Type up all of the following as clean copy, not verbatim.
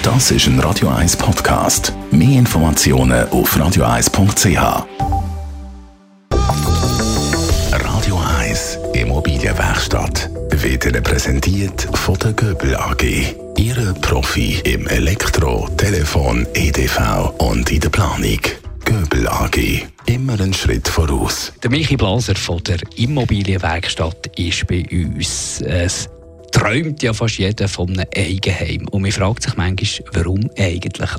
Das ist ein Radio 1 Podcast. Mehr Informationen auf radio1.ch. Radio 1 Immobilienwerkstatt wird Ihnen präsentiert von der Göbel AG. Ihre Profi im Elektro-, Telefon-, EDV und in der Planung. Göbel AG. Immer einen Schritt voraus. Der Michi Blaser von der Immobilienwerkstatt ist bei uns. Es träumt ja fast jeder von einem Eigenheim. Und man fragt sich manchmal, warum eigentlich?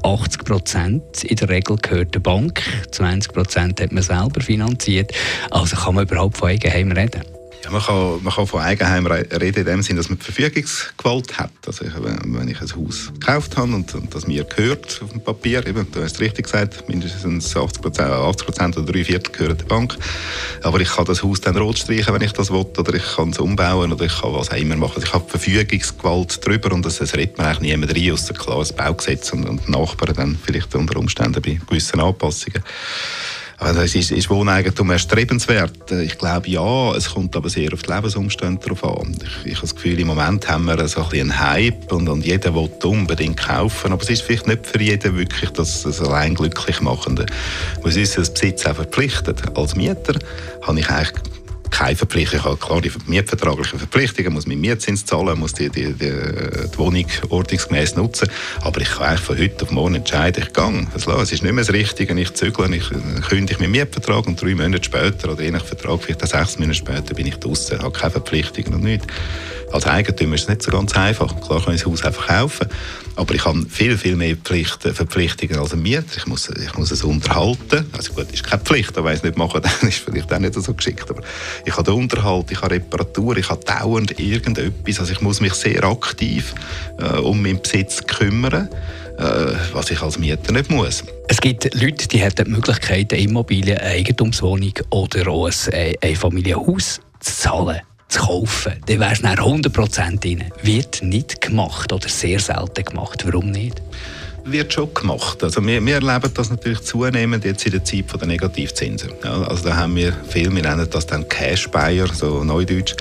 80% in der Regel gehört der Bank, 20% hat man selber finanziert. Also kann man überhaupt von Eigenheim reden? Ja, man kann von Eigenheim reden in dem Sinne, dass man die Verfügungsgewalt hat. Also wenn ich ein Haus gekauft habe und das mir gehört auf dem Papier, eben, du hast es richtig gesagt, mindestens 80% oder 3/4 gehören der Bank. Aber ich kann das Haus dann rot streichen, wenn ich das will, oder ich kann es umbauen, oder ich kann was auch immer machen. Also ich habe Verfügungsgewalt drüber und das redet man eigentlich niemand rein, ausser klar das Baugesetz und die Nachbarn dann vielleicht unter Umständen bei gewissen Anpassungen. Also ist Wohneigentum erstrebenswert? Ich glaube ja, es kommt aber sehr auf die Lebensumstände darauf an. Ich habe das Gefühl, im Moment haben wir so ein bisschen einen Hype und jeder will unbedingt kaufen, aber es ist vielleicht nicht für jeden wirklich das allein glücklich Machende. Man muss wissen, dass Besitz auch verpflichtet. Als Mieter habe ich eigentlich keine Verpflichtung. Ich habe klar die mietvertraglichen Verpflichtungen, muss meinen Mietzins zahlen, muss die Wohnung ordnungsgemäß nutzen. Aber ich kann eigentlich von heute auf morgen entscheiden, ich gehe. Es ist nicht mehr das Richtige, ich zügle, ich kündige meinen Mietvertrag und 3 Monate später oder je nach Vertrag, vielleicht auch 6 Monate später, bin ich draussen, habe keine Verpflichtungen und nichts. Als Eigentümer ist es nicht so ganz einfach. Klar kann ich das Haus einfach kaufen, aber ich habe viel, viel mehr Verpflichtungen als ein Mieter. Ich muss es unterhalten. Also gut, ist keine Pflicht, aber wenn ich es nicht mache, dann ist es vielleicht auch nicht so geschickt. Aber ich habe den Unterhalt, ich habe Reparatur, ich habe dauernd irgendetwas. Also ich muss mich sehr aktiv um meinen Besitz kümmern, was ich als Mieter nicht muss. Es gibt Leute, die haben die Möglichkeit, eine Immobilie, eine Eigentumswohnung oder auch ein Einfamilienhaus zu zahlen, zu kaufen. Dann wärst du nach 100% drin. Wird nicht gemacht oder sehr selten gemacht. Warum nicht? Wird schon gemacht. Also wir erleben das natürlich zunehmend jetzt in der Zeit der Negativzinsen. Ja, also da haben wir viel, wir nennen das dann Cash-Buyer, so neudeutsch.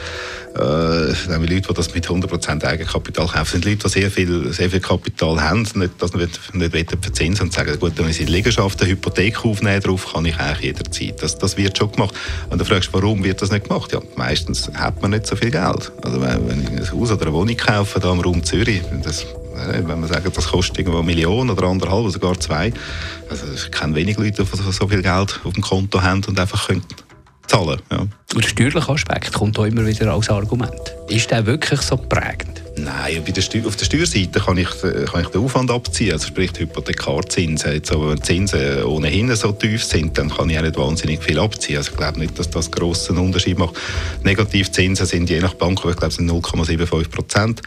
Da haben wir Leute, die das mit 100% Eigenkapital kaufen. Das sind Leute, die sehr viel Kapital haben, das nicht verzinsen und sagen, gut, wenn ich in die Liegenschaft eine Hypothek aufnehmen drauf, kann ich eigentlich jederzeit. Das wird schon gemacht. Und dann fragst du, warum wird das nicht gemacht? Ja, meistens hat man nicht so viel Geld. Also wenn ich ein Haus oder eine Wohnung kaufe, da im Raum Zürich, wenn man sagt, das kostet irgendwo 1 Million oder 1,5 oder sogar 2. Also ich kenne wenig Leute, die so viel Geld auf dem Konto haben und einfach können zahlen. Ja. Und der steuerliche Aspekt kommt auch immer wieder als Argument. Ist der wirklich so prägend? Nein, auf der Steuerseite kann ich den Aufwand abziehen, also sprich die Hypothekarzinsen. Jetzt aber wenn die Zinsen ohnehin so tief sind, dann kann ich auch nicht wahnsinnig viel abziehen. Also ich glaube nicht, dass das einen grossen Unterschied macht. Negativzinsen sind je nach Bank, ich glaube, sind 0,75%,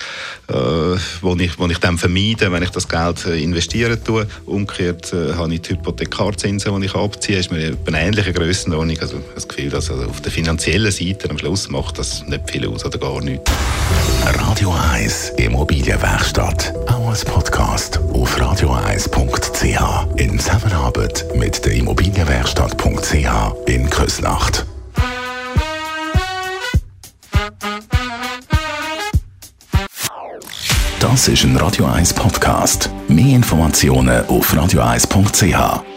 wo ich dann vermeide, wenn ich das Geld investieren tue. Umgekehrt habe ich die Hypothekarzinsen, die ich abziehe, ist mir eine ähnliche Grössenordnung. Also das Gefühl, dass auf der finanziellen Seite am Schluss macht das nicht viel aus oder gar nichts. Radio 1 Immobilienwerkstatt. Auch als Podcast auf radio1.ch. In Zusammenarbeit mit der Immobilienwerkstatt.ch in Küsnacht. Das ist ein Radio 1 Podcast. Mehr Informationen auf radio1.ch.